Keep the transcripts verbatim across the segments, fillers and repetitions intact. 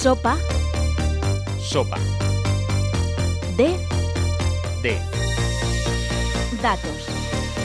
Sopa. Sopa. De. De. Datos.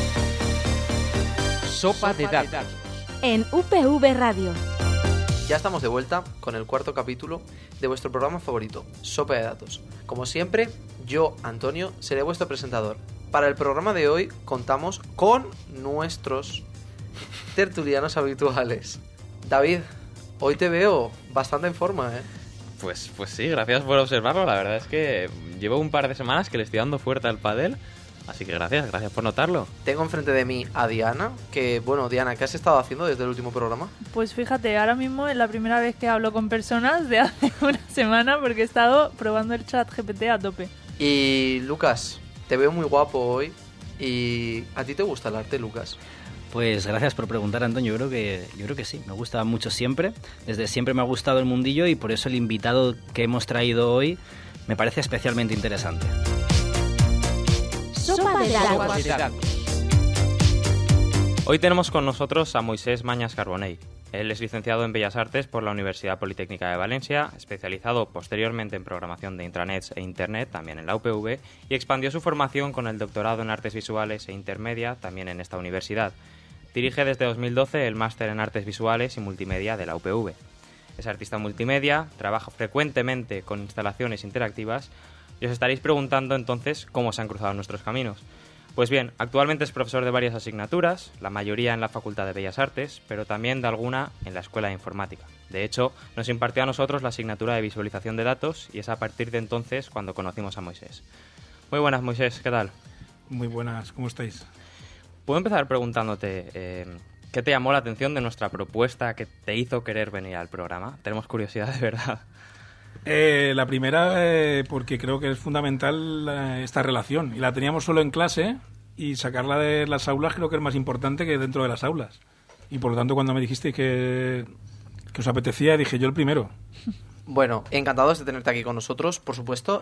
Sopa de datos. En U P V Radio. Ya estamos de vuelta con el cuarto capítulo de vuestro programa favorito, Sopa de Datos. Como siempre, yo, Antonio, seré vuestro presentador. Para el programa de hoy contamos con nuestros tertulianos habituales. David, hoy te veo bastante en forma, ¿eh? Pues, pues sí, gracias por observarlo. La verdad es que llevo un par de semanas que le estoy dando fuerte al pádel. Así que gracias, gracias por notarlo. Tengo enfrente de mí a Diana, que, bueno, Diana, ¿qué has estado haciendo desde el último programa? Pues fíjate, ahora mismo es la primera vez que hablo con personas de hace una semana porque he estado probando el chat G P T a tope. Y Lucas, te veo muy guapo hoy. ¿Y a ti te gusta el arte, Lucas? Pues gracias por preguntar, Antonio. Yo creo que yo creo que sí, me gusta mucho siempre. Desde siempre me ha gustado el mundillo y por eso el invitado que hemos traído hoy me parece especialmente interesante. Sopa de datos. Hoy tenemos con nosotros a Moisés Mañas Carbonell. Él es licenciado en Bellas Artes por la Universidad Politécnica de Valencia, especializado posteriormente en programación de intranets e internet, también en la U P V, y expandió su formación con el doctorado en artes visuales e intermedia, también en esta universidad. Dirige desde dos mil doce el máster en artes visuales y multimedia de la U P V. Es artista multimedia, trabaja frecuentemente con instalaciones interactivas y os estaréis preguntando entonces cómo se han cruzado nuestros caminos. Pues bien, actualmente es profesor de varias asignaturas, la mayoría en la Facultad de Bellas Artes, pero también de alguna en la Escuela de Informática. De hecho, nos impartió a nosotros la asignatura de visualización de datos y es a partir de entonces cuando conocimos a Moisés. Muy buenas, Moisés, ¿qué tal? Muy buenas, ¿cómo estáis? Puedo empezar preguntándote eh, ¿qué te llamó la atención de nuestra propuesta que te hizo querer venir al programa? Tenemos curiosidad de verdad. Eh, la primera, eh, porque creo que es fundamental eh, esta relación. Y la teníamos solo en clase y sacarla de las aulas creo que es más importante que dentro de las aulas. Y por lo tanto, cuando me dijiste que, que os apetecía, dije yo el primero. Bueno, encantados de tenerte aquí con nosotros, por supuesto.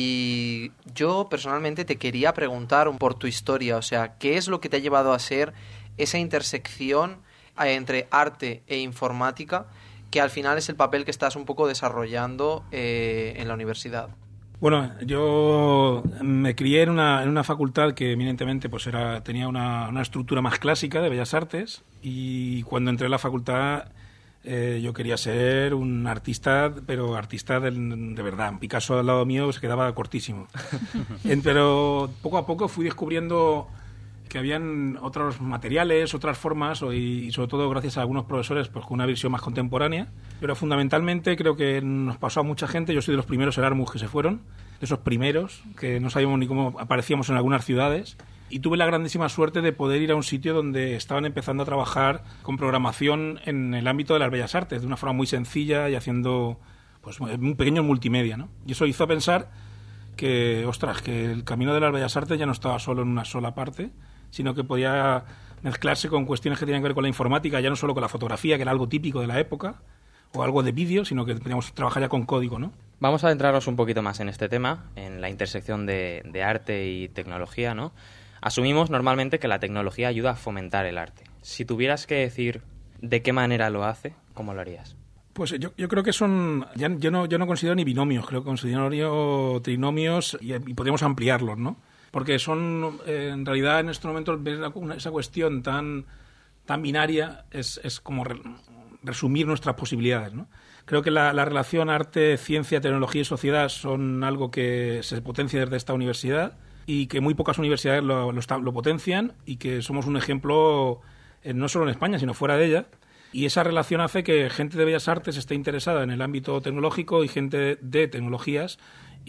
Y yo personalmente te quería preguntar por tu historia. O sea, ¿qué es lo que te ha llevado a ser esa intersección entre arte e informática, que al final es el papel que estás un poco desarrollando eh, en la universidad? Bueno, yo me crié en una, en una facultad que eminentemente pues era tenía una, una estructura más clásica de Bellas Artes, y cuando entré a la facultad eh, yo quería ser un artista, pero artista de, de verdad. Picasso al lado mío se quedaba cortísimo. en, pero poco a poco fui descubriendo que habían otros materiales, otras formas, y, y sobre todo gracias a algunos profesores pues con una visión más contemporánea. Pero fundamentalmente creo que nos pasó a mucha gente. Yo soy de los primeros Erasmus que se fueron, de esos primeros, que no sabíamos ni cómo aparecíamos en algunas ciudades. Y tuve la grandísima suerte de poder ir a un sitio donde estaban empezando a trabajar con programación en el ámbito de las bellas artes, de una forma muy sencilla y haciendo pues un pequeño multimedia, ¿no? Y eso hizo pensar que, ostras, que el camino de las bellas artes ya no estaba solo en una sola parte, sino que podía mezclarse con cuestiones que tenían que ver con la informática, ya no solo con la fotografía, que era algo típico de la época, o algo de vídeo, sino que podíamos trabajar ya con código, ¿no? Vamos a adentrarnos un poquito más en este tema, en la intersección de, de arte y tecnología, ¿no? Asumimos normalmente que la tecnología ayuda a fomentar el arte. Si tuvieras que decir de qué manera lo hace, ¿cómo lo harías? Pues yo, yo creo que son... Ya, yo, no, yo no considero ni binomios, creo que considero trinomios y, y podríamos ampliarlos, ¿no? Porque son, eh, en realidad, en estos momentos, ver una, esa cuestión tan, tan binaria es, es como re, resumir nuestras posibilidades, ¿no? Creo que la, la relación arte, ciencia, tecnología y sociedad son algo que se potencia desde esta universidad y que muy pocas universidades lo, lo, lo potencian, y que somos un ejemplo eh, no solo en España, sino fuera de ella. Y esa relación hace que gente de Bellas Artes esté interesada en el ámbito tecnológico y gente de tecnologías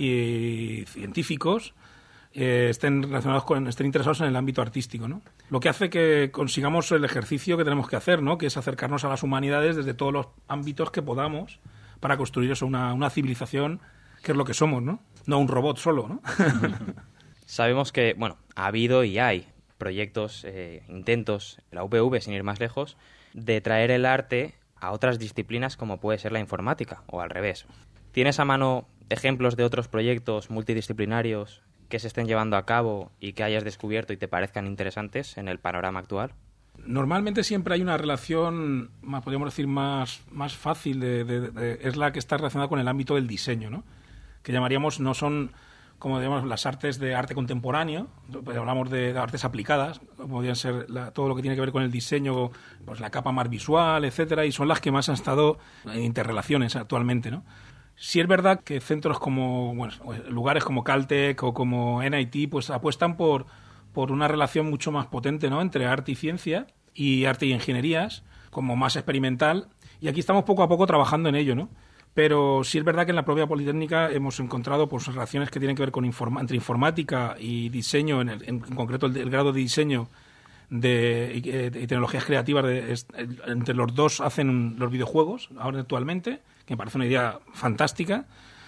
y científicos Eh, estén relacionados con, estén interesados en el ámbito artístico, ¿no? Lo que hace que consigamos el ejercicio que tenemos que hacer, ¿no? Que es acercarnos a las humanidades desde todos los ámbitos que podamos para construir eso, una, una civilización que es lo que somos, ¿no? No un robot solo, ¿no? Sabemos que, bueno, ha habido y hay proyectos, eh, intentos, en la U P V, sin ir más lejos, de traer el arte a otras disciplinas como puede ser la informática, o al revés. ¿Tienes a mano ejemplos de otros proyectos multidisciplinarios que se estén llevando a cabo y que hayas descubierto y te parezcan interesantes en el panorama actual? Normalmente siempre hay una relación, más, podríamos decir, más, más fácil, de, de, de, es la que está relacionada con el ámbito del diseño, ¿no? Que llamaríamos, no son, como digamos, las artes de arte contemporáneo, hablamos de, de artes aplicadas, como podrían ser la, todo lo que tiene que ver con el diseño, pues la capa más visual, etcétera, y son las que más han estado en interrelaciones actualmente, ¿no? Sí es verdad que centros como, bueno, lugares como Caltech o como N I T, pues apuestan por, por una relación mucho más potente, ¿no?, entre arte y ciencia, y arte y ingenierías, como más experimental, y aquí estamos poco a poco trabajando en ello, ¿no? Pero sí es verdad que en la propia Politécnica hemos encontrado pues relaciones que tienen que ver con informa- entre informática y diseño, en, el, en concreto el, el grado de diseño de, y, de, de tecnologías creativas, de, es, entre los dos hacen los videojuegos ahora actualmente, que me parece una idea fantástica.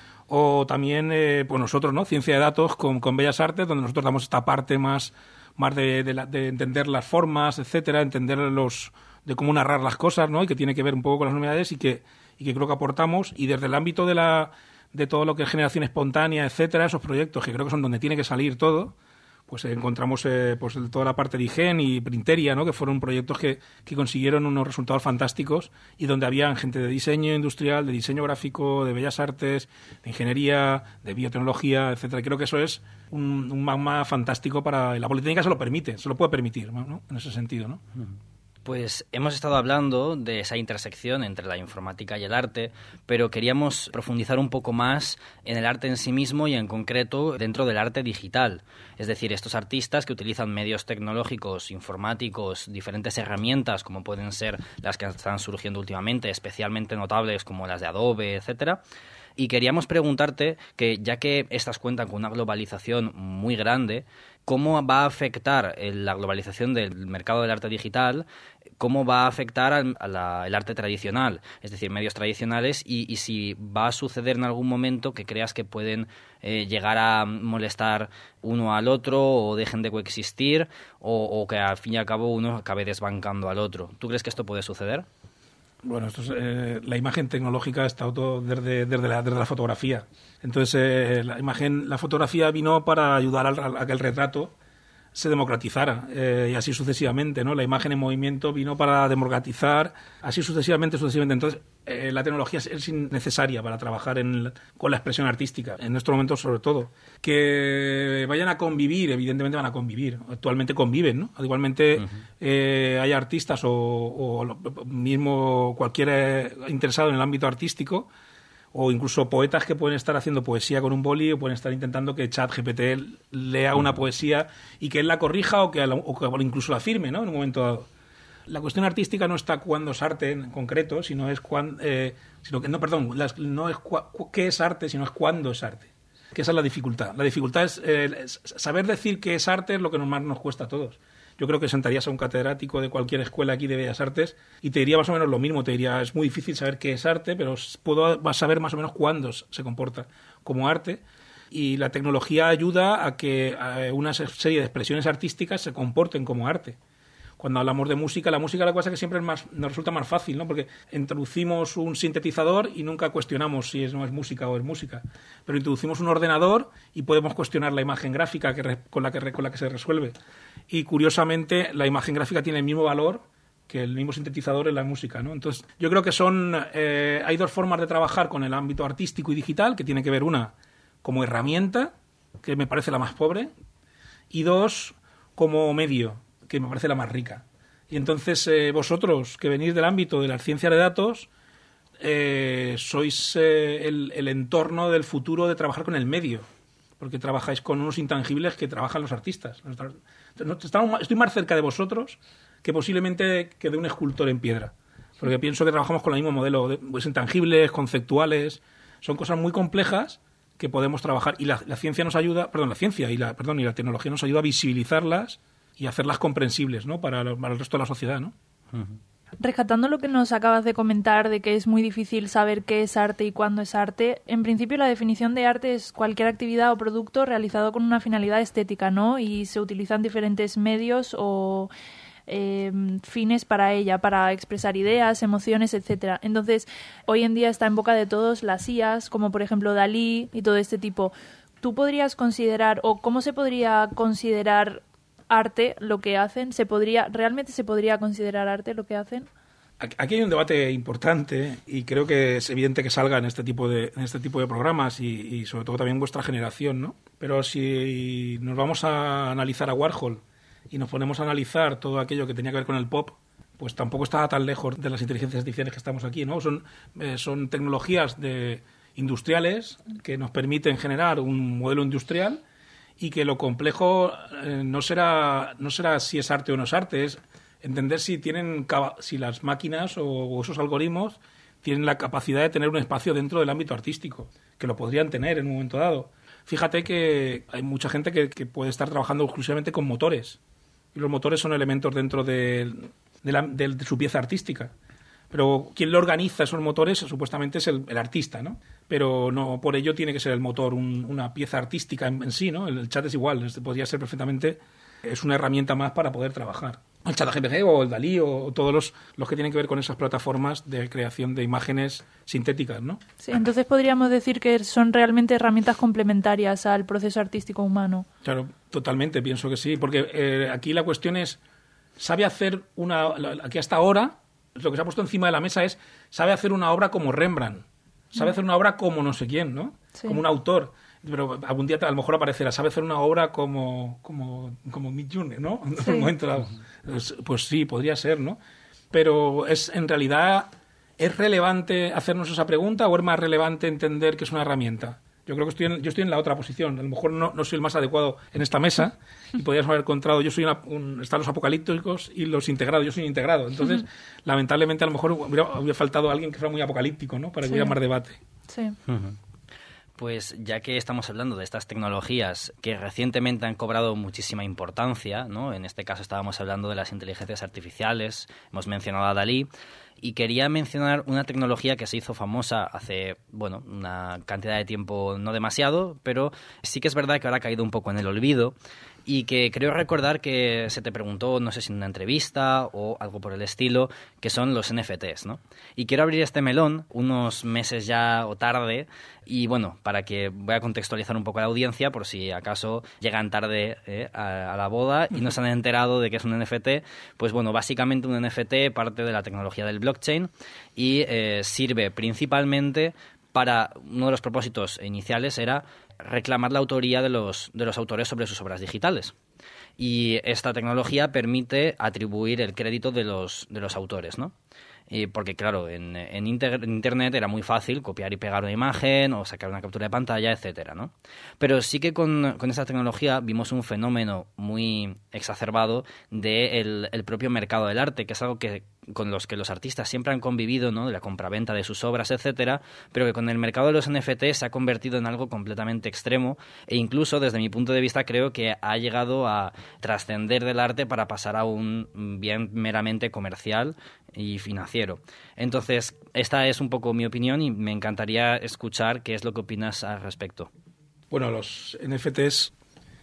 O también eh, pues nosotros, ¿no?, ciencia de datos con, con Bellas Artes, donde nosotros damos esta parte más, más de, de, la, de entender las formas, etcétera, entender los de cómo narrar las cosas, ¿no?, y que tiene que ver un poco con las novedades y que y que creo que aportamos, y desde el ámbito de la de todo lo que es generación espontánea, etcétera, esos proyectos que creo que son donde tiene que salir todo, pues eh, encontramos eh, pues toda la parte de IGEN y Printeria, ¿no?, que fueron proyectos que, que consiguieron unos resultados fantásticos y donde había gente de diseño industrial, de diseño gráfico, de bellas artes, de ingeniería, de biotecnología, etcétera. Y creo que eso es un, un magma fantástico para... La Politécnica se lo permite, se lo puede permitir, ¿no?, en ese sentido, ¿no? Pues hemos estado hablando de esa intersección entre la informática y el arte, pero queríamos profundizar un poco más en el arte en sí mismo y en concreto dentro del arte digital. Es decir, estos artistas que utilizan medios tecnológicos, informáticos, diferentes herramientas como pueden ser las que están surgiendo últimamente, especialmente notables como las de Adobe, etcétera. Y queríamos preguntarte que, ya que estas cuentan con una globalización muy grande, ¿cómo va a afectar la globalización del mercado del arte digital? ¿Cómo va a afectar al a la, el arte tradicional? Es decir, medios tradicionales, y, y si va a suceder en algún momento que creas que pueden eh, llegar a molestar uno al otro o dejen de coexistir, o, o que al fin y al cabo uno acabe desbancando al otro. ¿Tú crees que esto puede suceder? Bueno, esto es, eh, la imagen tecnológica está todo desde, desde, la, desde la fotografía. Entonces, eh, la imagen, la fotografía vino para ayudar a, a que el retrato se democratizara, eh, y así sucesivamente, ¿no? La imagen en movimiento vino para democratizar, así sucesivamente, sucesivamente. Entonces, eh, la tecnología es, es necesaria para trabajar en, con la expresión artística, en estos momentos sobre todo. Que vayan a convivir, evidentemente van a convivir, actualmente conviven, ¿no? Igualmente uh-huh. eh, hay artistas o, o mismo cualquier interesado en el ámbito artístico, o incluso poetas que pueden estar haciendo poesía con un boli, o pueden estar intentando que ChatGPT lea una poesía y que él la corrija o que, o que incluso la firme, ¿no?, en un momento dado. La cuestión artística no está cuándo es arte en concreto, sino es cuándo, eh, sino que no, perdón, las, no es cua, qué es arte, sino es cuándo es arte. Que esa es la dificultad. La dificultad es, eh, es saber decir qué es arte, es lo que más nos cuesta a todos. Yo creo que sentarías a un catedrático de cualquier escuela aquí de Bellas Artes y te diría más o menos lo mismo. Te diría, es muy difícil saber qué es arte, pero puedo saber más o menos cuándo se comporta como arte. Y la tecnología ayuda a que una serie de expresiones artísticas se comporten como arte. Cuando hablamos de música, la música la cosa que siempre es más, nos resulta más fácil, ¿no? Porque introducimos un sintetizador y nunca cuestionamos si es, no es música o es música. Pero introducimos un ordenador y podemos cuestionar la imagen gráfica que, con, la que, con la que se resuelve. Y curiosamente, la imagen gráfica tiene el mismo valor que el mismo sintetizador en la música, ¿no? Entonces, yo creo que son eh, hay dos formas de trabajar con el ámbito artístico y digital, que tiene que ver una como herramienta, que me parece la más pobre, y dos como medio, que me parece la más rica. Y entonces eh, vosotros, que venís del ámbito de las ciencias de datos, eh, sois eh, el, el entorno del futuro de trabajar con el medio, porque trabajáis con unos intangibles que trabajan los artistas. Estoy más cerca de vosotros que posiblemente que de un escultor en piedra, porque pienso que trabajamos con el mismo modelo, de, pues, intangibles, conceptuales, son cosas muy complejas que podemos trabajar, y la, la ciencia nos ayuda, perdón, la ciencia y la, perdón, y la tecnología nos ayuda a visibilizarlas y hacerlas comprensibles, ¿no?, para, para el resto de la sociedad, ¿no? Uh-huh. Rescatando lo que nos acabas de comentar de que es muy difícil saber qué es arte y cuándo es arte, en principio la definición de arte es cualquier actividad o producto realizado con una finalidad estética, ¿no? Y se utilizan diferentes medios o eh, fines para ella, para expresar ideas, emociones, etcétera. Entonces, hoy en día está en boca de todos las I As, como por ejemplo Dalí y todo este tipo. ¿Tú podrías considerar, o cómo se podría considerar arte lo que hacen? ¿Se podría, realmente se podría considerar arte lo que hacen? Aquí hay un debate importante y creo que es evidente que salga en este tipo de, en este tipo de programas y, y sobre todo también vuestra generación, ¿no? Pero si nos vamos a analizar a Warhol y nos ponemos a analizar todo aquello que tenía que ver con el pop, pues tampoco está tan lejos de las inteligencias artificiales que estamos aquí, ¿no? Son, eh, son tecnologías de, industriales que nos permiten generar un modelo industrial y que lo complejo eh, no será no será si es arte o no es arte, es entender si tienen si las máquinas o, o esos algoritmos tienen la capacidad de tener un espacio dentro del ámbito artístico, que lo podrían tener en un momento dado. Fíjate que hay mucha gente que, que puede estar trabajando exclusivamente con motores, y los motores son elementos dentro de, de, la, de, de su pieza artística. Pero quien lo organiza esos motores supuestamente es el, el artista, ¿no? Pero no por ello tiene que ser el motor un, una pieza artística en, en sí, ¿no? El, el chat es igual, es, podría ser perfectamente, es una herramienta más para poder trabajar. El chat G P G o el Dalí o todos los, los que tienen que ver con esas plataformas de creación de imágenes sintéticas, ¿no? Sí, entonces podríamos decir que son realmente herramientas complementarias al proceso artístico humano. Claro, totalmente, pienso que sí, porque eh, aquí la cuestión es, ¿sabe hacer una, aquí hasta ahora, lo que se ha puesto encima de la mesa es, sabe hacer una obra como Rembrandt, sabe hacer una obra como no sé quién, ¿no? Sí. Como un autor. Pero algún día a lo mejor aparecerá, sabe hacer una obra como como como Midjourney, ¿no? En sí. un momento dado. Pues, pues sí, podría ser, ¿no? Pero es en realidad, ¿es relevante hacernos esa pregunta o es más relevante entender que es una herramienta? Yo creo que estoy en, yo estoy en la otra posición. A lo mejor no, no soy el más adecuado en esta mesa y podríamos haber encontrado, yo soy una, un, están los apocalípticos y los integrados, yo soy integrado. Entonces, uh-huh. lamentablemente, a lo mejor hubiera, hubiera faltado alguien que fuera muy apocalíptico, ¿no? Para que sí. hubiera más debate. Sí. Uh-huh. Pues ya que estamos hablando de estas tecnologías que recientemente han cobrado muchísima importancia, ¿no? En este caso estábamos hablando de las inteligencias artificiales, hemos mencionado a Dalí, y quería mencionar una tecnología que se hizo famosa hace, bueno, una cantidad de tiempo no demasiado, pero sí que es verdad que ahora ha caído un poco en el olvido, y que creo recordar que se te preguntó, no sé si en una entrevista o algo por el estilo, que son los N F Ts, ¿no? Y quiero abrir este melón unos meses ya o tarde, y bueno, para que voy a contextualizar un poco a la audiencia, por si acaso llegan tarde eh, a, a la boda y no se han enterado de qué es un N F T, pues bueno, básicamente un N F T parte de la tecnología del blockchain y eh, sirve principalmente para, uno de los propósitos iniciales era reclamar la autoría de los, de los autores sobre sus obras digitales. Y esta tecnología permite atribuir el crédito de los, de los autores, ¿no? Y porque, claro, en, en, inter, en Internet era muy fácil copiar y pegar una imagen o sacar una captura de pantalla, etcétera, ¿no? Pero sí que con, con esta tecnología vimos un fenómeno muy exacerbado del el propio mercado del arte, que es algo que con los que los artistas siempre han convivido, ¿no? De la compraventa de sus obras, etcétera, pero que con el mercado de los N F T se ha convertido en algo completamente extremo e incluso, desde mi punto de vista, creo que ha llegado a trascender del arte para pasar a un bien meramente comercial y financiero. Entonces, esta es un poco mi opinión y me encantaría escuchar qué es lo que opinas al respecto. Bueno, los N F Ts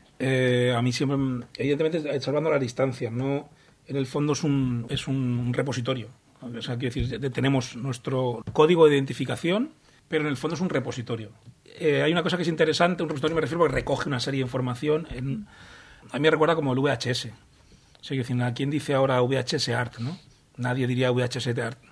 eh, a mí siempre, evidentemente, salvando las distancias, ¿no? En el fondo es un, es un repositorio. O sea, quiero decir, tenemos nuestro código de identificación, pero en el fondo es un repositorio. Eh, hay una cosa que es interesante, un repositorio me refiero porque recoge una serie de información. En, a mí me recuerda como el V H S. O sea, quiero decir, ¿a quién dice ahora V H S Art, no? Nadie diría V H S de Art.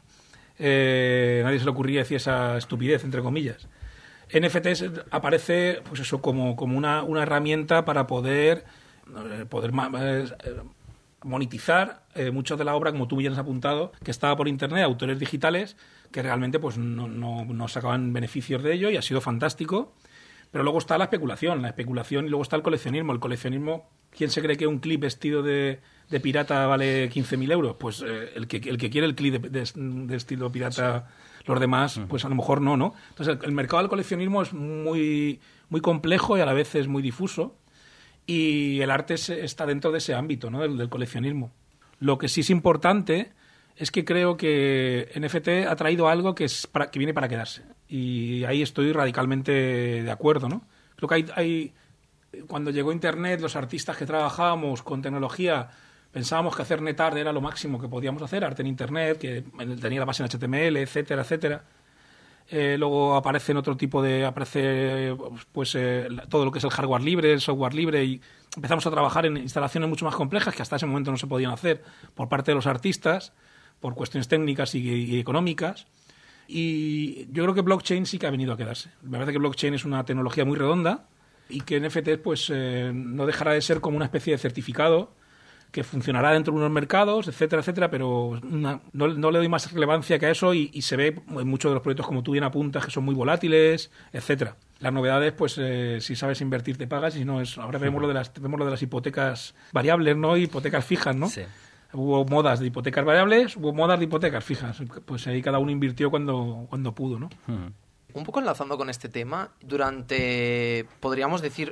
Eh, nadie se le ocurría decir esa estupidez, entre comillas. N F Ts aparece, pues eso, como, como una, una herramienta para poder, eh, poder eh, monetizar eh, mucho de la obra, como tú bien has apuntado, que estaba por internet, autores digitales, que realmente pues no, no, no sacaban beneficios de ello y ha sido fantástico. Pero luego está la especulación, la especulación y luego está el coleccionismo. El coleccionismo, ¿quién se cree que un clip vestido de, de pirata vale quince mil euros? Pues eh, el, que, el que quiere el clip de, de, de estilo pirata, sí. Los demás, pues a lo mejor no, ¿no? Entonces el, el mercado del coleccionismo es muy, muy complejo y a la vez es muy difuso. Y el arte es, está dentro de ese ámbito, ¿no? Del, del coleccionismo. Lo que sí es importante es que creo que N F T ha traído algo que, es para, que viene para quedarse. Y ahí estoy radicalmente de acuerdo, ¿no? Creo que hay, hay... Cuando llegó Internet, los artistas que trabajábamos con tecnología pensábamos que hacer netart era lo máximo que podíamos hacer, arte en Internet, que tenía la base en H T M L, etcétera, etcétera. Eh, luego aparece en otro tipo de... aparece pues eh, todo lo que es el hardware libre, el software libre, y empezamos a trabajar en instalaciones mucho más complejas que hasta ese momento no se podían hacer por parte de los artistas, por cuestiones técnicas y, y económicas. Y yo creo que blockchain sí que ha venido a quedarse. Me parece que blockchain es una tecnología muy redonda y que N F T pues, eh, no dejará de ser como una especie de certificado que funcionará dentro de unos mercados, etcétera, etcétera, pero una, no, no le doy más relevancia que a eso y, y se ve en muchos de los proyectos, como tú bien apuntas, que son muy volátiles, etcétera. Las novedades, pues eh, si sabes invertir te pagas, y si no, es, ahora vemos lo de las vemos lo de las hipotecas variables, ¿no? Hipotecas fijas, ¿no? Sí. Hubo modas de hipotecas variables, hubo modas de hipotecas fijas. Pues ahí cada uno invirtió cuando, cuando pudo, ¿no? Uh-huh. Un poco enlazando con este tema, durante, podríamos decir,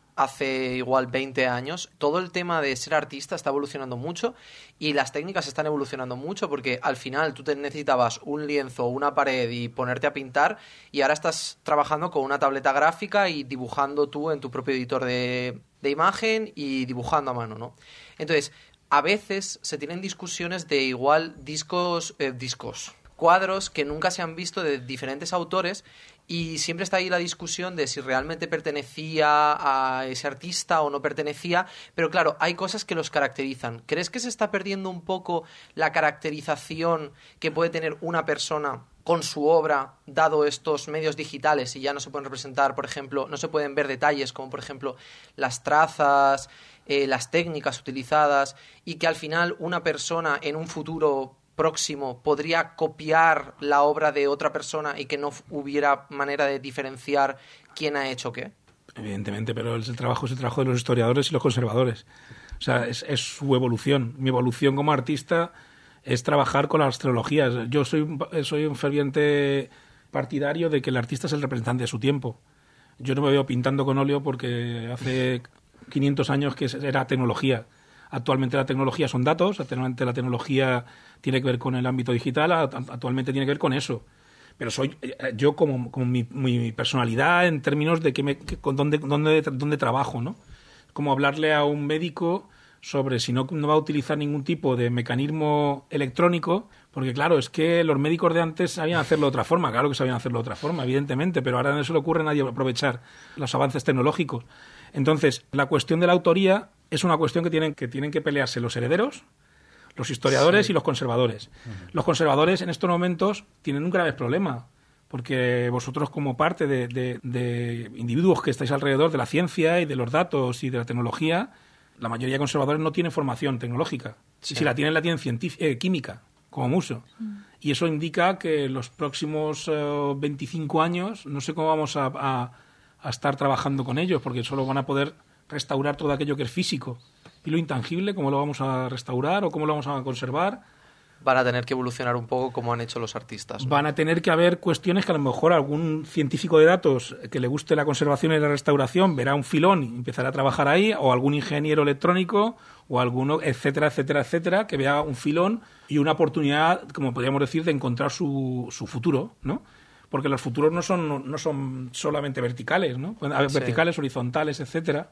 hace igual veinte años, todo el tema de ser artista está evolucionando mucho y las técnicas están evolucionando mucho, porque al final tú te necesitabas un lienzo o una pared y ponerte a pintar, y ahora estás trabajando con una tableta gráfica y dibujando tú en tu propio editor de, de imagen y dibujando a mano, ¿no? Entonces, a veces se tienen discusiones de igual discos, eh, discos, cuadros que nunca se han visto de diferentes autores, y siempre está ahí la discusión de si realmente pertenecía a ese artista o no pertenecía, pero claro, hay cosas que los caracterizan. ¿Crees que se está perdiendo un poco la caracterización que puede tener una persona con su obra, dado estos medios digitales, y ya no se pueden representar, por ejemplo, no se pueden ver detalles como, por ejemplo, las trazas, eh, las técnicas utilizadas, y que al final una persona en un futuro próximo podría copiar la obra de otra persona y que no hubiera manera de diferenciar quién ha hecho qué? Evidentemente, pero el trabajo es el trabajo de los historiadores y los conservadores. O sea, es, es su evolución. Mi evolución como artista es trabajar con las trilogías. Yo soy, soy un ferviente partidario de que el artista es el representante de su tiempo. Yo no me veo pintando con óleo porque hace quinientos años que era tecnología. Actualmente la tecnología son datos, actualmente la tecnología tiene que ver con el ámbito digital, actualmente tiene que ver con eso. Pero soy yo como, como mi, mi personalidad en términos de que me, que, con dónde, dónde, dónde trabajo, ¿no? Como hablarle a un médico sobre si no, no va a utilizar ningún tipo de mecanismo electrónico, porque claro, es que los médicos de antes sabían hacerlo de otra forma, claro que sabían hacerlo de otra forma, evidentemente, pero ahora no se le ocurre a nadie aprovechar los avances tecnológicos. Entonces, la cuestión de la autoría es una cuestión que tienen que, tienen que pelearse los herederos, los historiadores sí. y los conservadores. Uh-huh. Los conservadores en estos momentos tienen un grave problema, porque vosotros como parte de, de, de individuos que estáis alrededor de la ciencia y de los datos y de la tecnología, la mayoría de conservadores no tienen formación tecnológica. Sí. Si la tienen, la tienen científica, eh, química, como mucho. Uh-huh. Y eso indica que los próximos uh, veinticinco años no sé cómo vamos a, a, a estar trabajando con ellos, porque solo van a poder restaurar todo aquello que es físico. ¿Y lo intangible, cómo lo vamos a restaurar o cómo lo vamos a conservar? Van a tener que evolucionar un poco como han hecho los artistas, ¿no? Van a tener que haber cuestiones que a lo mejor algún científico de datos que le guste la conservación y la restauración verá un filón y empezará a trabajar ahí, o algún ingeniero electrónico o alguno, etcétera, etcétera, etcétera, que vea un filón y una oportunidad, como podríamos decir, de encontrar su, su futuro, ¿no? Porque los futuros no son, no son solamente verticales, ¿no? Pueden haber sí. verticales, horizontales, etcétera.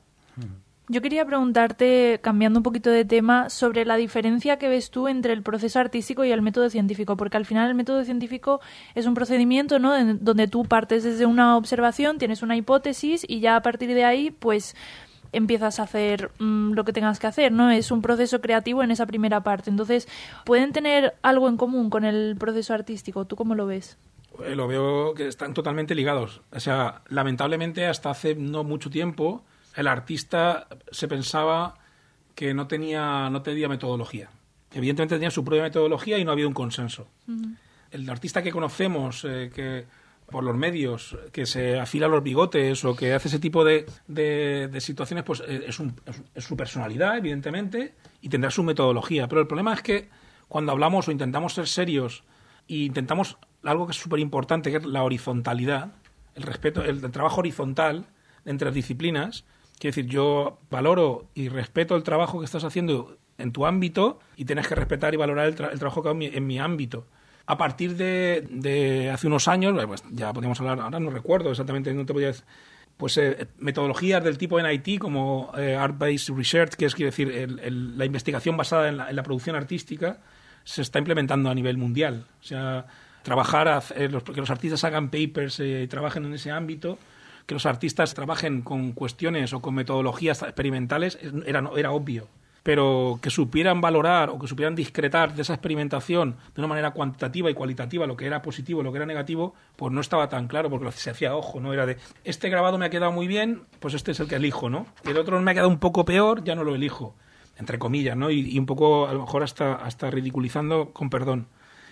Yo quería preguntarte, cambiando un poquito de tema, sobre la diferencia que ves tú entre el proceso artístico y el método científico, porque al final el método científico es un procedimiento, ¿no?, en donde tú partes desde una observación, tienes una hipótesis y ya a partir de ahí, pues empiezas a hacer mmm, lo que tengas que hacer, ¿no? Es un proceso creativo en esa primera parte. Entonces, ¿pueden tener algo en común con el proceso artístico? ¿Tú cómo lo ves? Lo veo que están totalmente ligados. O sea, lamentablemente hasta hace no mucho tiempo el artista se pensaba que no tenía, no tenía metodología. Evidentemente tenía su propia metodología y no ha habido un consenso. Uh-huh. El artista que conocemos, eh, que por los medios, que se afila los bigotes o que hace ese tipo de, de, de situaciones, pues eh, es, un, es, es su personalidad, evidentemente, y tendrá su metodología. Pero el problema es que cuando hablamos o intentamos ser serios e intentamos algo que es súper importante, que es la horizontalidad, el respeto, el, el trabajo horizontal entre disciplinas. Quiero decir, yo valoro y respeto el trabajo que estás haciendo en tu ámbito y tienes que respetar y valorar el, tra- el trabajo que hago en mi, en mi ámbito. A partir de, de hace unos años, pues ya podríamos hablar, ahora no recuerdo exactamente, no te voy a decir, pues eh, metodologías del tipo en I T como eh, Art-Based Research, que es quiero decir, el, el, la investigación basada en la, en la producción artística, se está implementando a nivel mundial. O sea, trabajar, eh, los, que los artistas hagan papers y eh, trabajen en ese ámbito, que los artistas trabajen con cuestiones o con metodologías experimentales, era, era obvio. Pero que supieran valorar o que supieran discretar de esa experimentación de una manera cuantitativa y cualitativa lo que era positivo y lo que era negativo, pues no estaba tan claro, porque se hacía ojo, ¿no? Era de, este grabado me ha quedado muy bien, pues este es el que elijo, ¿no? Y el otro me ha quedado un poco peor, ya no lo elijo, entre comillas, ¿no? Y, y un poco, a lo mejor, hasta, hasta ridiculizando, con perdón.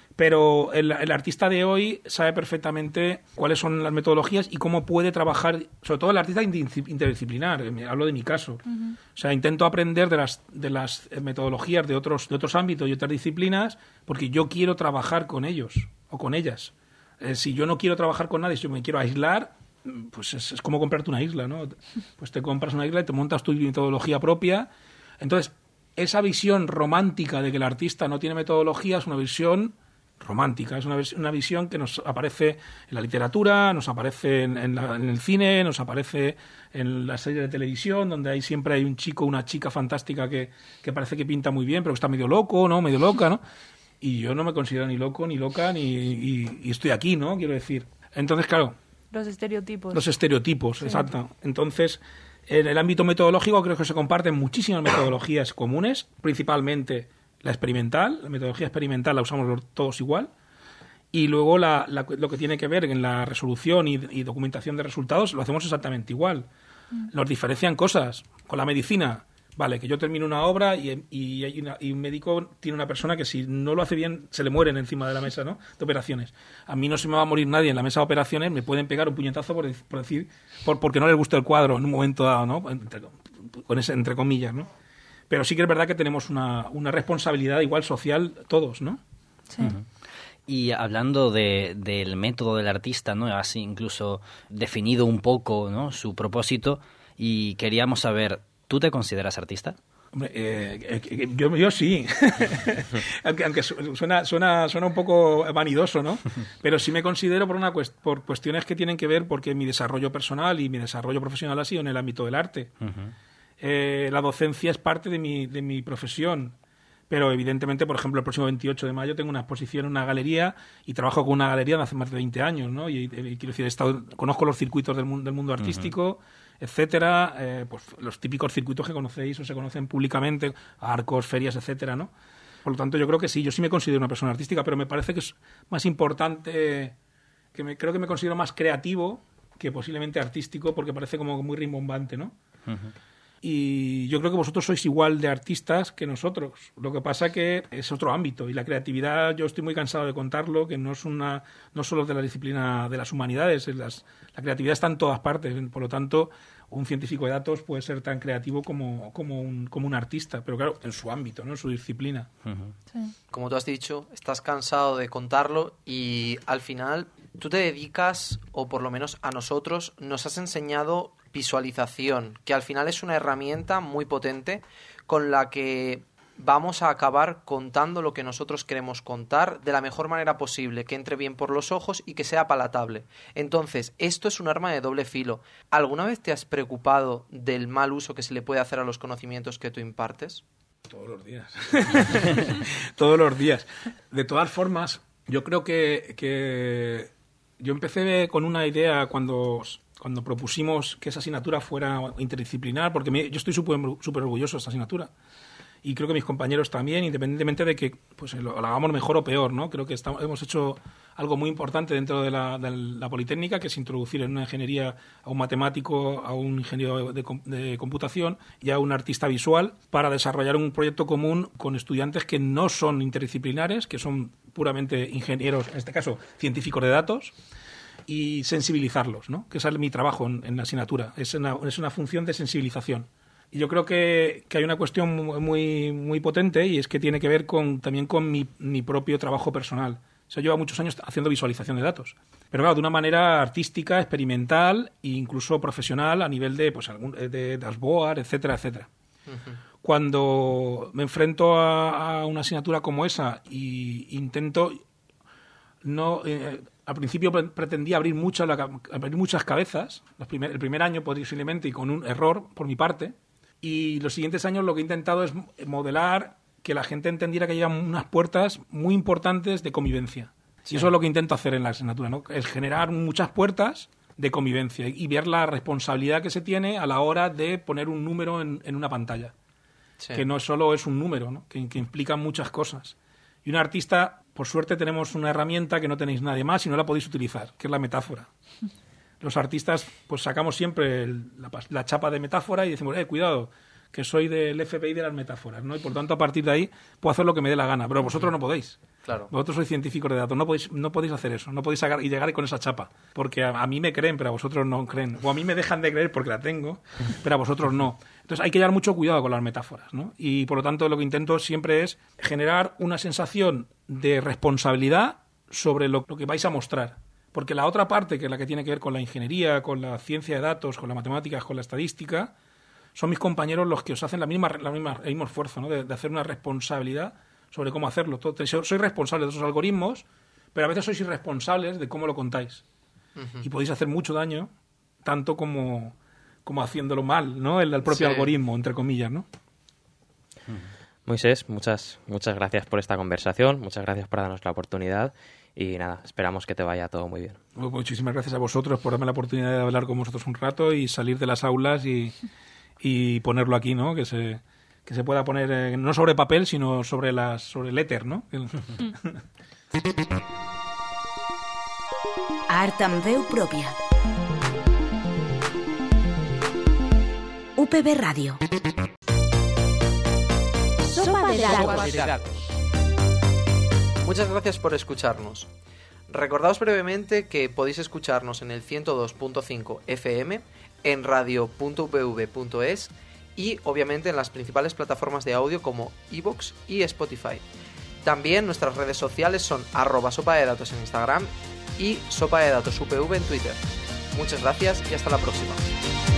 Pero el, el artista de hoy sabe perfectamente cuáles son las metodologías y cómo puede trabajar, sobre todo el artista interdisciplinar, hablo de mi caso. Uh-huh. O sea, intento aprender de las, de las metodologías de otros, de otros ámbitos y otras disciplinas porque yo quiero trabajar con ellos o con ellas. Eh, si yo no quiero trabajar con nadie, si yo me quiero aislar, pues es, es como comprarte una isla, ¿no? Pues te compras una isla y te montas tu metodología propia. Entonces, esa visión romántica de que el artista no tiene metodología es una visión romántica, es una, una visión que nos aparece en la literatura, nos aparece en, en, la, en el cine, nos aparece en las series de televisión, donde hay siempre hay un chico o una chica fantástica que, que parece que pinta muy bien, pero que está medio loco, ¿no? Medio loca, ¿no? Y yo no me considero ni loco, ni loca, ni y, y estoy aquí, ¿no? Quiero decir. Entonces, claro. Los estereotipos. Los estereotipos, sí. Exacto. Entonces, en el ámbito metodológico creo que se comparten muchísimas metodologías comunes, principalmente la experimental, la metodología experimental la usamos todos igual, y luego la, la, lo que tiene que ver en la resolución y, y documentación de resultados lo hacemos exactamente igual. Mm. Nos diferencian cosas. Con la medicina, vale, que yo termino una obra y, y, hay una, y un médico tiene una persona que si no lo hace bien se le mueren encima de la mesa, ¿no? De operaciones. A mí no se me va a morir nadie en la mesa de operaciones, me pueden pegar un puñetazo por, por decir, por, porque no les gusta el cuadro en un momento dado, ¿no? Entre, con ese, entre comillas, ¿no? Pero sí que es verdad que tenemos una, una responsabilidad igual social todos, ¿no? Sí. Uh-huh. Y hablando de, del método del artista, ¿no? Así incluso definido un poco, ¿no? Su propósito, y queríamos saber, ¿tú te consideras artista? Hombre, eh, eh, yo, yo sí, aunque, aunque suena, suena, suena un poco vanidoso, ¿no? Pero sí me considero por, una cuest- por cuestiones que tienen que ver porque mi desarrollo personal y mi desarrollo profesional ha sido en el ámbito del arte. Uh-huh. Eh, la docencia es parte de mi, de mi profesión, pero evidentemente, por ejemplo, el próximo veintiocho de mayo tengo una exposición en una galería y trabajo con una galería de hace más de veinte años, ¿no? Y, y quiero decir, he estado, conozco los circuitos del mundo, del mundo artístico, uh-huh. etcétera, eh, pues los típicos circuitos que conocéis o se conocen públicamente, arcos, ferias, etcétera, ¿no? Por lo tanto, yo creo que sí, yo sí me considero una persona artística, pero me parece que es más importante, que me, creo que me considero más creativo que posiblemente artístico, porque parece como muy rimbombante, ¿no? Uh-huh. Y yo creo que vosotros sois igual de artistas que nosotros. Lo que pasa que es otro ámbito y la creatividad, yo estoy muy cansado de contarlo, que no es una no solo de la disciplina de las humanidades, las, la creatividad está en todas partes. Por lo tanto, un científico de datos puede ser tan creativo como, como, un, como un artista, pero claro, en su ámbito, ¿no? En su disciplina. Uh-huh. Sí. Como tú has dicho, estás cansado de contarlo y al final tú te dedicas, o por lo menos a nosotros, nos has enseñado visualización, que al final es una herramienta muy potente con la que vamos a acabar contando lo que nosotros queremos contar de la mejor manera posible, que entre bien por los ojos y que sea palatable. Entonces, esto es un arma de doble filo. ¿Alguna vez te has preocupado del mal uso que se le puede hacer a los conocimientos que tú impartes? Todos los días. Todos los días. De todas formas, yo creo que, que yo empecé con una idea cuando... cuando propusimos que esa asignatura fuera interdisciplinar, porque me, yo estoy súper súper orgulloso de esta asignatura. Y creo que mis compañeros también, independientemente de que pues, lo, lo hagamos mejor o peor, ¿no? Creo que estamos, hemos hecho algo muy importante dentro de la, de la Politécnica, que es introducir en una ingeniería a un matemático, a un ingeniero de, de computación y a un artista visual para desarrollar un proyecto común con estudiantes que no son interdisciplinares, que son puramente ingenieros, en este caso científicos de datos, y sensibilizarlos, ¿no? Que ese es mi trabajo en, en la asignatura. Es una, es una función de sensibilización. Y yo creo que, que hay una cuestión muy, muy potente y es que tiene que ver con, también con mi, mi propio trabajo personal. O sea, yo llevo muchos años haciendo visualización de datos. Pero claro, de una manera artística, experimental e incluso profesional a nivel de, pues, algún, de dashboard, etcétera, etcétera. Uh-huh. Cuando me enfrento a, a una asignatura como esa y intento... no eh, al principio pretendía abrir, mucho la, abrir muchas cabezas, los primer, el primer año posiblemente y con un error por mi parte, y los siguientes años lo que he intentado es modelar que la gente entendiera que hay unas puertas muy importantes de convivencia. Sí. Y eso es lo que intento hacer en la asignatura, ¿no? Es generar muchas puertas de convivencia y ver la responsabilidad que se tiene a la hora de poner un número en, en una pantalla. Sí. Que no solo es un número, ¿no? Que, que implica muchas cosas. Y un artista, por suerte, tenemos una herramienta que no tenéis nadie más y no la podéis utilizar, que es la metáfora. Los artistas, pues sacamos siempre el, la, la chapa de metáfora y decimos, eh, cuidado, que soy del F B I de las metáforas, ¿no? Y por tanto, a partir de ahí, puedo hacer lo que me dé la gana. Pero vosotros no podéis. Claro. Vosotros sois científicos de datos, no podéis, no podéis hacer eso, no podéis sacar y llegar con esa chapa. Porque a, a mí me creen, pero a vosotros no creen. O a mí me dejan de creer porque la tengo, pero a vosotros no. Entonces hay que llevar mucho cuidado con las metáforas, ¿no? Y por lo tanto, lo que intento siempre es generar una sensación de responsabilidad sobre lo, lo que vais a mostrar. Porque la otra parte, que es la que tiene que ver con la ingeniería, con la ciencia de datos, con las matemáticas, con la estadística, son mis compañeros los que os hacen la misma, la misma, el mismo esfuerzo, ¿no? de, de hacer una responsabilidad sobre cómo hacerlo. Todo, sois responsables de esos algoritmos, pero a veces sois irresponsables de cómo lo contáis. Uh-huh. Y podéis hacer mucho daño, tanto como, como haciéndolo mal, ¿no? El, el propio sí. algoritmo, entre comillas, ¿no? Moisés, muchas, muchas gracias por esta conversación, muchas gracias por darnos la oportunidad. Y nada, esperamos que te vaya todo muy bien. Bueno, muchísimas gracias a vosotros por darme la oportunidad de hablar con vosotros un rato y salir de las aulas y, y ponerlo aquí, ¿no? Que se, que se pueda poner, eh, no sobre papel, sino sobre, las, sobre el éter, ¿no? Art amb veu pròpia. U P B Ràdio. Sopa de datos. Muchas gracias por escucharnos. Recordaos brevemente que podéis escucharnos en el ciento dos punto cinco F M, en radio punto u p v punto es y obviamente en las principales plataformas de audio como iVoox y Spotify. También nuestras redes sociales son arroba sopa de datos en Instagram y sopa de datos U P V en Twitter. Muchas gracias y hasta la próxima.